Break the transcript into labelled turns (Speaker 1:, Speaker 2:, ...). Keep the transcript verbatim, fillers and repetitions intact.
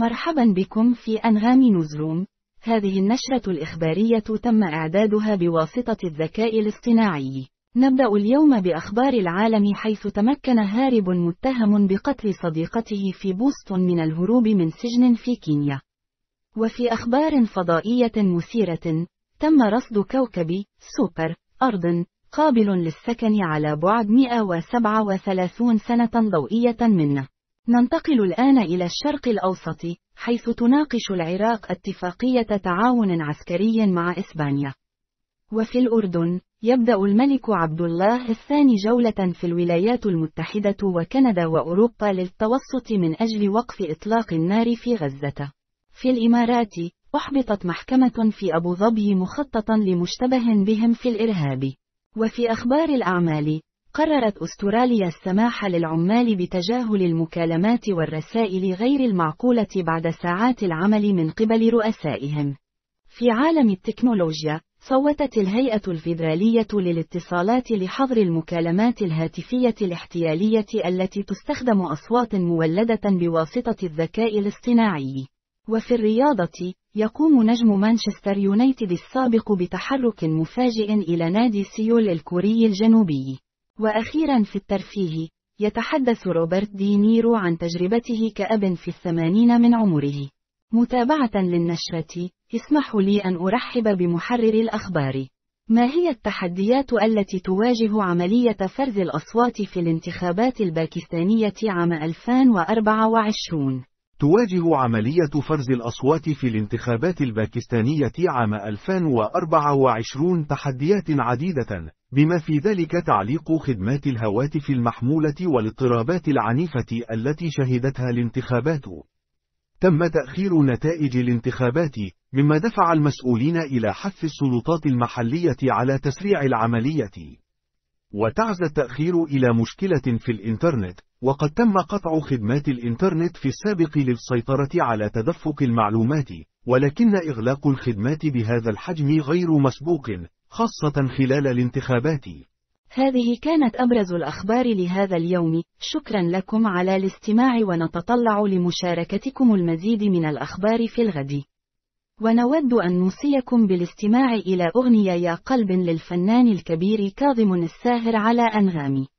Speaker 1: مرحبا بكم في أنغام نيوزروم. هذه النشرة الإخبارية تم إعدادها بواسطة الذكاء الاصطناعي. نبدأ اليوم بأخبار العالم، حيث تمكن هارب متهم بقتل صديقته في بوسطن من الهروب من سجن في كينيا. وفي أخبار فضائية مثيرة، تم رصد كوكب سوبر أرض قابل للسكن على بعد مئة وسبعة وثلاثين سنة ضوئية منه. ننتقل الآن إلى الشرق الأوسط، حيث تناقش العراق اتفاقية تعاون عسكري مع إسبانيا. وفي الأردن، يبدأ الملك عبد الله الثاني جولة في الولايات المتحدة وكندا وأوروبا للتوسط من أجل وقف إطلاق النار في غزة. في الإمارات، أحبطت محكمة في أبو ظبي مخططا لمشتبه بهم في الإرهاب. وفي أخبار الأعمال، قررت أستراليا السماح للعمال بتجاهل المكالمات والرسائل غير المعقولة بعد ساعات العمل من قبل رؤسائهم. في عالم التكنولوجيا، صوتت الهيئة الفيدرالية للاتصالات لحظر المكالمات الهاتفية الاحتيالية التي تستخدم أصوات مولدة بواسطة الذكاء الاصطناعي. وفي الرياضة، يقوم نجم مانشستر يونايتد السابق بتحرك مفاجئ إلى نادي سيول الكوري الجنوبي. وأخيرا في الترفيه، يتحدث روبرت دي نيرو عن تجربته كأب في الثمانين من عمره. متابعة للنشرة، اسمحوا لي أن أرحب بمحرر الأخبار. ما هي التحديات التي تواجه عملية فرز الأصوات في الانتخابات الباكستانية عام ألفين وأربعة وعشرين؟
Speaker 2: تواجه عملية فرز الأصوات في الانتخابات الباكستانية عام ألفين وأربعة وعشرين تحديات عديدة، بما في ذلك تعليق خدمات الهواتف المحمولة والاضطرابات العنيفة التي شهدتها الانتخابات. تم تأخير نتائج الانتخابات، مما دفع المسؤولين إلى حث السلطات المحلية على تسريع العملية. وتعزى التأخير إلى مشكلة في الإنترنت، وقد تم قطع خدمات الإنترنت في السابق للسيطرة على تدفق المعلومات، ولكن إغلاق الخدمات بهذا الحجم غير مسبوق، خاصة خلال الانتخابات.
Speaker 1: هذه كانت أبرز الأخبار لهذا اليوم. شكرا لكم على الاستماع، ونتطلع لمشاركتكم المزيد من الأخبار في الغد. ونود أن نوصيكم بالاستماع إلى أغنية يا قلب للفنان الكبير كاظم الساهر على أنغامي.